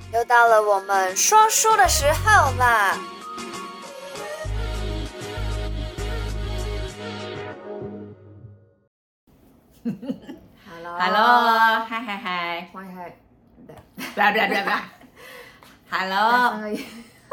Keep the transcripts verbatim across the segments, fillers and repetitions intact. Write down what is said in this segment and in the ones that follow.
又到了我们说书的时候啦 ！Hello， Hello， 嗨嗨嗨， 欢迎嗨， 不要不要不要不要 ，Hello， 三二一，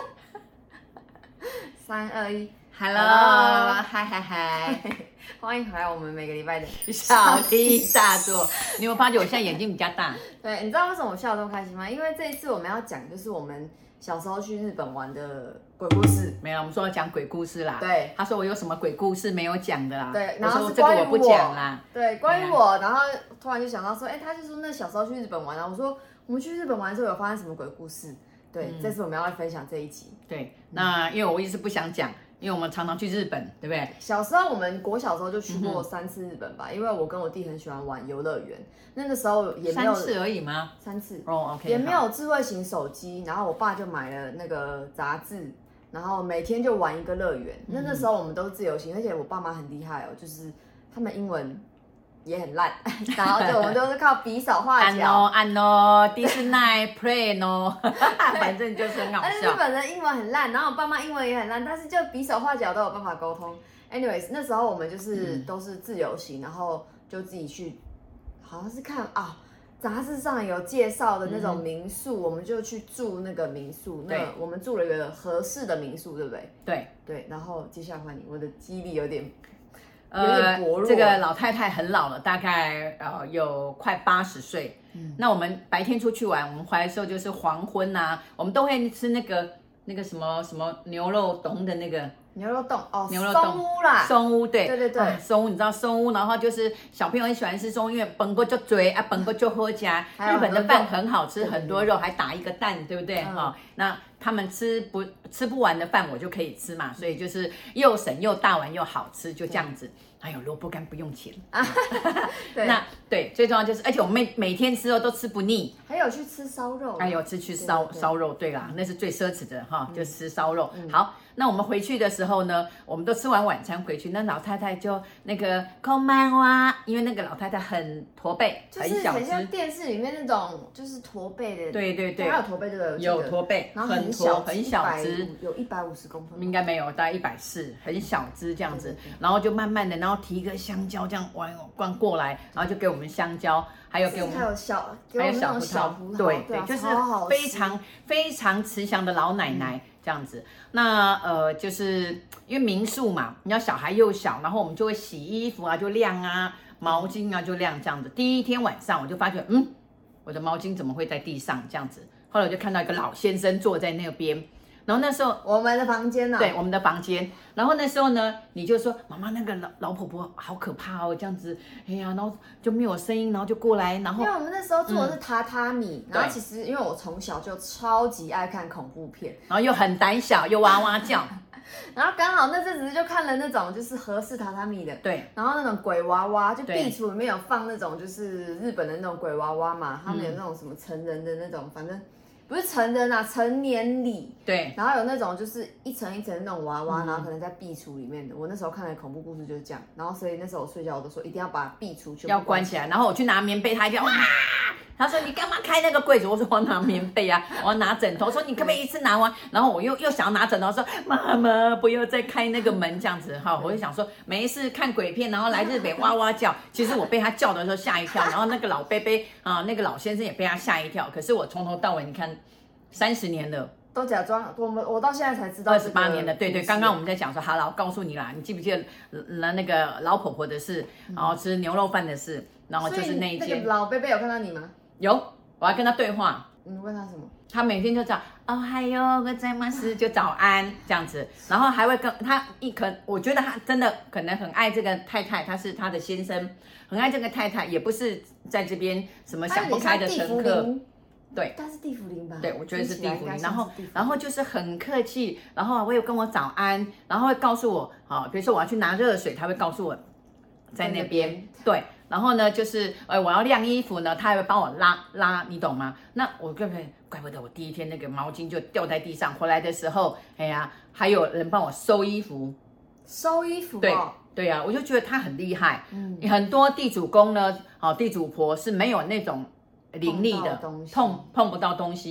三二一 ，Hello， 嗨嗨嗨， 欢迎回来我们每个礼拜的小题大做。你有没有发觉我现在眼睛比较大？ 对，你知道为什么我笑得这么开心吗？因为这一次我们要讲就是我们小时候去日本玩的鬼故事。 没有，我们说要讲鬼故事啦。 对， 他说我有什么鬼故事没有讲的啦。 对，然后我说这个我不讲啦。 对，关于我，然后突然就想到说，哎，他就说那小时候去日本玩啊，我说我们去日本玩的时候有发生什么鬼故事？对，嗯、这次我们要来分享这一集。 对，那因为我一直不想讲。因为我们常常去日本，对不对？ 小时候我们国小时候就去过三次日本吧，嗯、因为我跟我弟很喜欢玩游乐园。那个时候也没有三次而已吗？ 三次哦、oh, ，OK， 也没有智慧型手机，然后我爸就买了那个杂志，然后每天就玩一个乐园。嗯、那那时候我们都是自由行，而且我爸妈很厉害哦，就是他们英文也很烂，然后就我们都是靠比手画脚。 按哦按哦 ，Disney Play 哦，反正就是很好笑。 但是日本人英文很烂，然后我爸妈英文也很烂，但是就比手画脚都有办法沟通。Anyways， 那时候我们就是、嗯、都是自由行，然后就自己去，好像是看啊杂志上有介绍的那种民宿，嗯、我们就去住那个民宿。那我们住了一个合适的民宿，对不对？ 对对，然后接下来换你，我的记忆力有点。 呃，这个老太太很老了，大概呃有快八十岁。嗯，那我们白天出去玩，我们回来的时候就是黄昏啊，我们都会吃那个那个什么什么牛肉冻的那个牛肉冻哦， 牛肉冻松屋啦， 松屋对对对对， 啊、松屋你知道松屋，然后就是小朋友很喜欢吃松屋，因为本锅就追啊，本锅就喝加，日本的饭很好吃，很多肉还打一个蛋，对不对哈、嗯哦？那他们吃不吃不完的饭，我就可以吃嘛，所以就是又省又大碗又好吃，就这样子。还有萝卜干不用钱啊， 对， 那对最重要就是，而且我们每每天吃肉都吃不腻， 还有去吃烧肉， 还有吃去烧烧肉，对啦，那是最奢侈的哈，嗯、就吃烧肉。嗯、好，那我们回去的时候呢，我们都吃完晚餐回去，那老太太就那个空曼哇，因为那个老太太很驼背， 就是很小只， 很像电视里面那种就是驼背的， 对对对， 还有驼背这个有驼背， 然后很小很小只， 有一百五十公分， 应该没有，大概一百四，很小只这样子，然后就慢慢的，然后提一个香蕉这样弯弯过来，然后就给我们香蕉，还有给我们还有小还有小葡萄， 对对，就是非常非常慈祥的老奶奶。这样子，那呃，就是因为民宿嘛，你要小孩又小，然后我们就会洗衣服啊，就晾啊，毛巾啊就晾这样子。第一天晚上我就发觉，嗯，我的毛巾怎么会在地上这样子？后来我就看到一个老先生坐在那边，然后那时候我们的房间呢、啊， 对，我们的房间。然后那时候呢，你就说妈妈那个老老婆婆好可怕哦，这样子，哎呀，然后就没有声音，然后就过来，然后因为我们那时候住的是榻榻米，嗯、然后其实因为我从小就超级爱看恐怖片， 然后又很胆小，又哇哇叫。 然后刚好那阵子就看了那种就是和式榻榻米的， 对， 然后那种鬼娃娃，就壁橱里面有放那种就是日本的那种鬼娃娃嘛，他们有那种什么成人的那种，反正不是成人啊，成年礼， 对， 然后有那种就是一层一层的那种娃娃，嗯、然后可能在壁橱里面的。我那时候看的恐怖故事就是这样，然后所以那时候我睡觉我都说一定要把壁橱全部要关起来，然后我去拿棉被，他一定要哇。他说你干嘛开那个柜子？我说我要拿棉被啊，我要拿枕头。说你可不可以一次拿完？然后我又又想要拿枕头，说妈妈不要再开那个门这样子哈。我就想说没事看鬼片，然后来日本哇哇叫。其实我被他叫的时候吓一跳，然后那个老伯伯啊，那个老先生也被他吓一跳。可是我从头到尾你看三十年了。 都假装，我们我到现在才知道二十八年了，对对，刚刚我们在讲说，好了，我告诉你啦，你记不记得那那个老婆婆的事，然后吃牛肉饭的事，然后就是那一间。 那个老贝贝有看到你吗？ 有，我还跟他对话。 你问他什么？ 他每天就讲哦嗨哟，ございます，就早安这样子，然后还会跟他一可，我觉得他真的可能很爱这个太太，他是他的先生，很爱这个太太，也不是在这边什么想不开的乘客。对， 他是地茯苓吧？ 对，我觉得是地茯苓。然后，然后就是很客气，然后会跟我早安，然后会告诉我，好，比如说我要去拿热水，他会告诉我在那边。对，然后呢，就是呃我要晾衣服呢，他还会帮我拉拉，你懂吗？那我根本怪不得我第一天那个毛巾就掉在地上，回来的时候，哎呀，还有人帮我收衣服， 收衣服、哦。 对。对呀、啊，我就觉得他很厉害。嗯，很多地主公呢，哦，地主婆是没有那种灵力的，碰碰不到东西。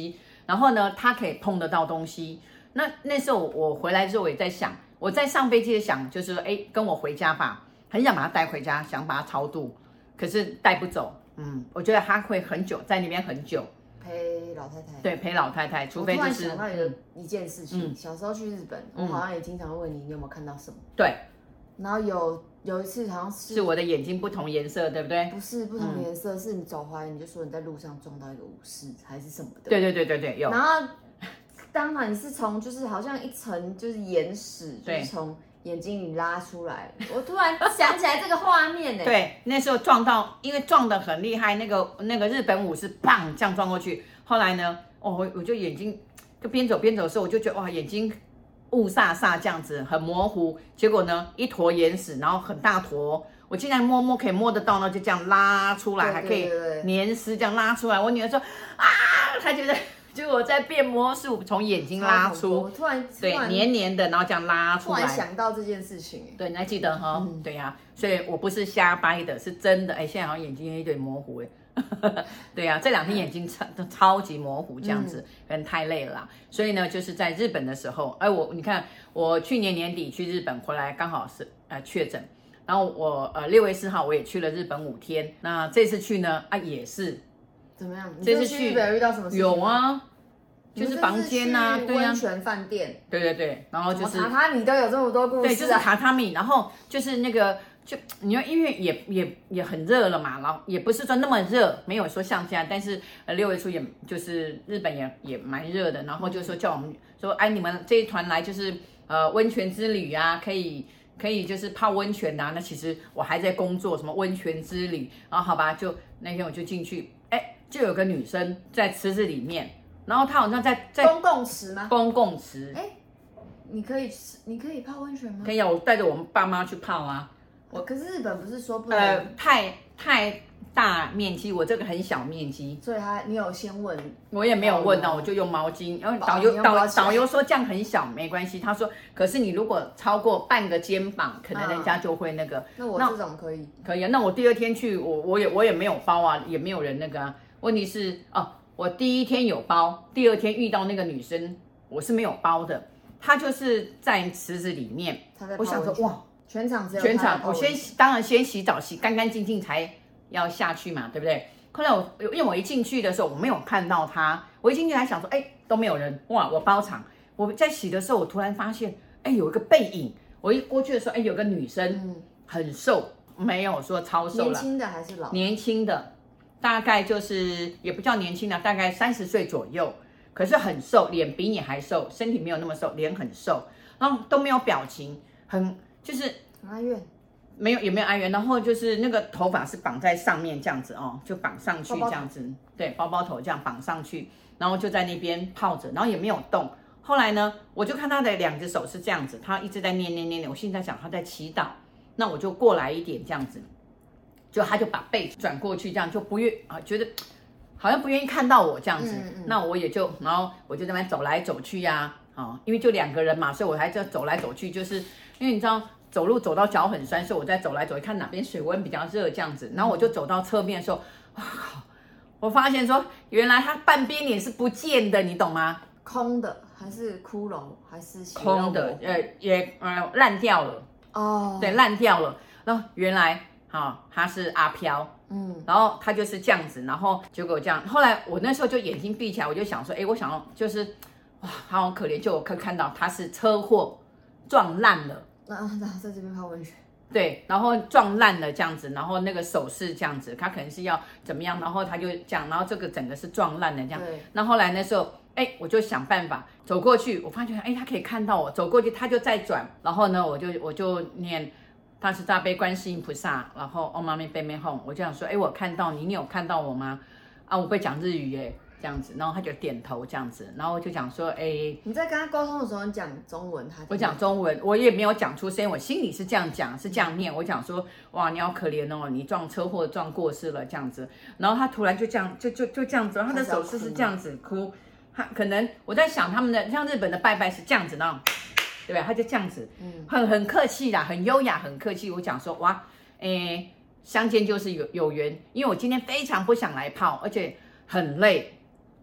然后呢，他可以碰得到东西。那那时候我回来之后，我也在想，我在上飞机的想，就是说，哎，跟我回家吧，很想把他带回家，想把他超度，可是带不走。嗯，我觉得他会很久在那边很久。 陪老太太， 对，陪老太太，除非就是。 我突然想到一个、嗯、一件事情、嗯，小时候去日本，我好像也经常问你，你有没有看到什么？ 对。 然后有有一次好像是是我的眼睛不同颜色，对不对？ 不是不同颜色，嗯、是你走回来你就说你在路上撞到一个武士还是什么的。 对对对对对，有。 然后当然是从就是好像一层就是眼屎，就是从眼睛里拉出来。我突然想起来这个画面呢。 对，那时候撞到，因为撞得很厉害，那个那个日本武士砰这样撞过去。后来呢，哦，我我就眼睛就边走边走的时候，我就觉得哇，眼睛。雾煞煞这样子很模糊，结果呢一坨眼屎，然后很大坨，我竟然摸摸可以摸得到呢，就这样拉出来，还可以黏湿这样拉出来。我女儿说啊，她觉得就我在变魔术，从眼睛拉出， 我突然对黏黏的，然后这样拉出来。 突然想到这件事情， 对，你还记得哈、嗯？对呀、啊，所以我不是瞎掰的，是真的。哎，现在好像眼睛有点模糊哎。对呀、啊，这两天眼睛超超级模糊，这样子，可能太累了啦。所以呢，就是在日本的时候，哎，我你看，我去年年底去日本回来，刚好是呃确诊，然后我呃六月四号我也去了日本五天。那这次去呢，啊也是怎么样？ 这次去日本遇到什么事情？ 有啊，就是房间呐、啊，对呀、啊， 温泉饭店， 对对对，然后就是榻榻米都有这么多故事、啊， 对，就是榻榻米，然后就是那个。就你要因为也也也很热了嘛，然后也不是说那么热，没有说像现在，但是呃六月初也就是日本也也蛮热的，然后就说叫我们说，哎，你们这一团来就是呃温泉之旅啊，可以可以就是泡温泉啊。那其实我还在工作，什么温泉之旅，然后好吧，就那天我就进去，哎，就有个女生在池子里面，然后她好像在在公共池吗？ 公共池， 哎，你可以你可以泡温泉吗？ 可以啊，我带着我们爸妈去泡啊。 我可是日本不是说不能呃太太大面积，我这个很小面积， 所以他你有先问， 我也没有问到，我就用毛巾，然后导游导导游说这样很小没关系，他说可是你如果超过半个肩膀，可能人家就会那个。 那我这种可以可以啊，那我第二天去，我我也我也没有包啊，也没有人那个啊。问题是哦，我第一天有包，第二天遇到那个女生，我是没有包的，她就是在池子里面，我想说哇。 全场只有全场，我先当然先洗澡，洗干干净净才要下去嘛，对不对？后来我因为我一进去的时候我没有看到他，我一进去还想说，哎，都没有人，哇，我包场。我在洗的时候，我突然发现，哎，有一个背影。我一过去的时候，哎，有个女生，嗯、很瘦，没有说超瘦了， 年轻的还是老？ 年轻的，大概就是也不叫年轻的，大概三十岁左右，可是很瘦，脸比你还瘦，身体没有那么瘦，脸很瘦，然后都没有表情，很。就是哀怨， 没有也没有哀怨，然后就是那个头发是绑在上面这样子哦，就绑上去这样子，包包对，包包头这样绑上去，然后就在那边泡着，然后也没有动。后来呢，我就看他的两只手是这样子，他一直在念念念念，我心里在想他在祈祷，那我就过来一点这样子，就他就把背转过去，这样就不愿啊，觉得好像不愿意看到我这样子，嗯嗯那我也就，然后我就在那边走来走去呀、啊，啊，因为就两个人嘛，所以我还在走来走去，就是因为你知道。走路走到脚很酸，所以我在走来走去，看哪边水温比较热这样子。然后我就走到侧面的时候，哇靠！我发现说，原来它半边脸是不见的，你懂吗？ 空的还是骷髅还是空的？呃，也呃烂掉了。 哦， 对，烂掉了。然后原来哈，他是阿飘，嗯，然后他就是这样子，然后结果这样。后来我那时候就眼睛闭起来，我就想说，哎，我想要就是哇，他好可怜，就我可看到他是车祸撞烂了。 那然后在这边泡温泉， 对，然后撞烂了这样子，然后那个手是这样子，他可能是要怎么样，然后他就这样，然后这个整个是撞烂的这样。那后来那时候，哎，我就想办法走过去，我发现哎，他可以看到我，走过去他就再转，然后呢，我就我就念他是大悲观世音菩萨，然后唵嘛咪呗咪吽，我就想说，哎，我看到你，你有看到我吗？啊，我不会讲日语耶。这样子，然后他就点头这样子，然后我就讲说，哎， 你在跟他沟通的时候，你讲中文，他我讲中文，我也没有讲出声，我心里是这样讲，是这样念，我讲说，哇，你好可怜哦，你撞车祸撞过世了这样子，然后他突然就这样，就就就这样子，他的手势是这样子哭，他可能我在想他们的像日本的拜拜是这样子那种，对吧？他就这样子，嗯，很很客气啦，很优雅，很客气。我讲说，哇，哎，相见就是有有缘，因为我今天非常不想来泡，而且很累。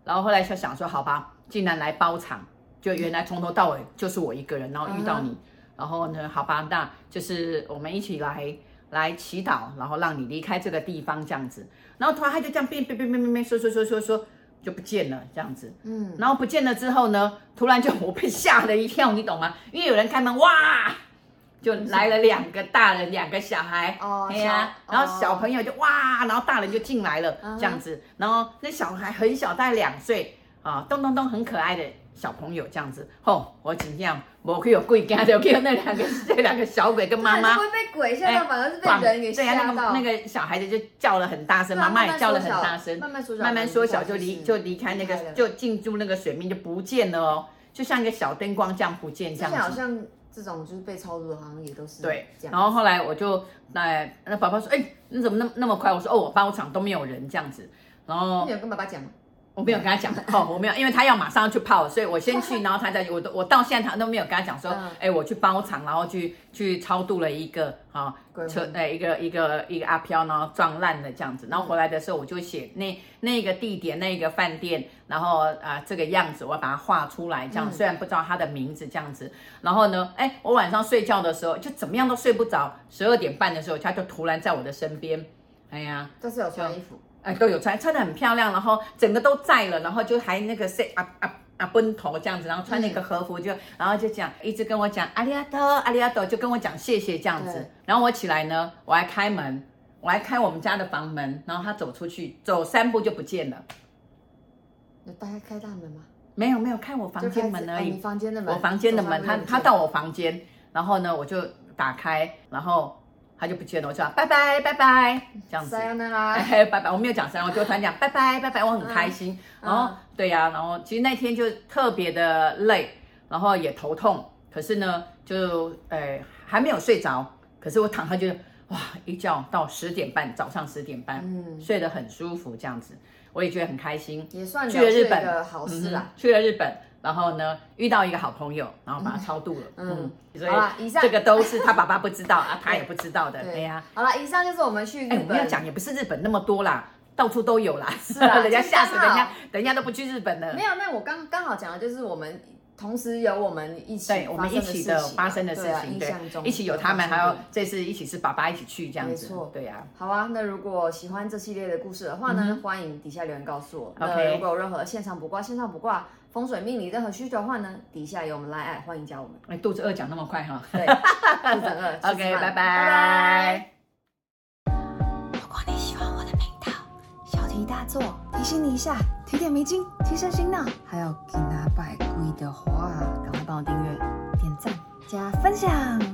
然后后来就想说，好吧，既然来包场，就原来从头到尾就是我一个人，然后遇到你，嗯、然后呢，好吧，那就是我们一起来来祈祷，然后让你离开这个地方这样子。然后突然他就这样变变变变变变说说说说说就不见了这样子，嗯，然后不见了之后呢，突然就我被吓了一跳，你懂吗？因为有人开门，哇！就来了两个大人，两个小孩，哦，对呀，然后小朋友就哇，然后大人就进来了，这样子，然后那小孩很小，大概两岁啊，咚咚咚，很可爱的小朋友这样子，吼，我真正没去有鬼惊到，去那两个这两个小鬼跟妈妈， 不会被鬼吓到，反而是被人给吓到。 对呀，那个那个小孩子就叫了很大声，妈妈也叫了很大声， 慢慢缩小， 慢慢缩小就离就离开那个，就进入那个水面就不见了哦，就像一个小灯光这样不见这样子， 好像。这种就是被超度的，好像也都是对这样。 然后后来我就那那爸爸说，哎，你怎么那那么快？我说哦，我包场都没有人这样子。然后你有跟爸爸讲吗？ 我没有跟他讲，哦，我没有，因为他要马上去泡，所以我先去，然后他再我我到现在他都没有跟他讲说，哎、嗯，我去包场，然后去去超度了一个啊车，哎，一个一个一个阿飘，然后撞烂了这样子，然后回来的时候我就写那那个地点那个饭店，然后啊、呃、这个样子我要把它画出来，这样、嗯、虽然不知道他的名字这样子，然后呢，哎，我晚上睡觉的时候就怎么样都睡不着，十二点半的时候他就突然在我的身边，哎呀， 都是有穿衣服。 哎，都有穿，穿得很漂亮，然后整个都在了，然后就还那个塞啊啊啊奔头这样子，然后穿那个和服就，嗯、然后就讲，一直跟我讲阿里阿多阿里阿多，就跟我讲谢谢这样子。然后我起来呢，我还开门，我还开我们家的房门，然后他走出去，走三步就不见了。 有大概开大门吗？ 没有没有，开我房间门而已。 哦、你房间的门， 我房间的门，他他到我房间，然后呢我就打开，然后。他就不见了，我就说拜拜拜拜这样子，哎拜拜，我没有讲三，我就突然讲拜拜拜拜，我很开心。嗯、然后、嗯、对呀、啊，然后其实那天就特别的累，然后也头痛，可是呢就呃还没有睡着，可是我躺下就哇一觉到十点半，早上十点半，嗯，睡得很舒服这样子，我也觉得很开心。 也算去了日本的好事啦、嗯， 去了日本。然后呢，遇到一个好朋友，然后把他超度了。嗯，嗯所以好了，以上这个都是他爸爸不知道啊，他也不知道的。对呀、啊， 好了，以上就是我们去日本。 哎，我们要讲也不是日本那么多啦，到处都有啦。是啊，人家吓死人家，人家都不去日本了。 没有，那我刚刚好讲的就是我们同时有我们一起对，我们一起的发生的事情，对，一起有他们，还有这次一起是爸爸一起去这样子。没错，对呀。 好啊，那如果喜欢这系列的故事的话呢，欢迎底下留言告诉我。那如果有任何现场卜卦、线上卜卦。风水命理任何需求的话呢，底下有我们 LINE 欢迎加我们。 哎，肚子饿讲那么快哈？ 对，肚子饿。 OK， 拜拜。 如果你喜欢我的频道，小题大做，提醒你一下，提点迷津，提升心脑。还有给拿百贵的话，赶快帮我订阅、点赞、加分享。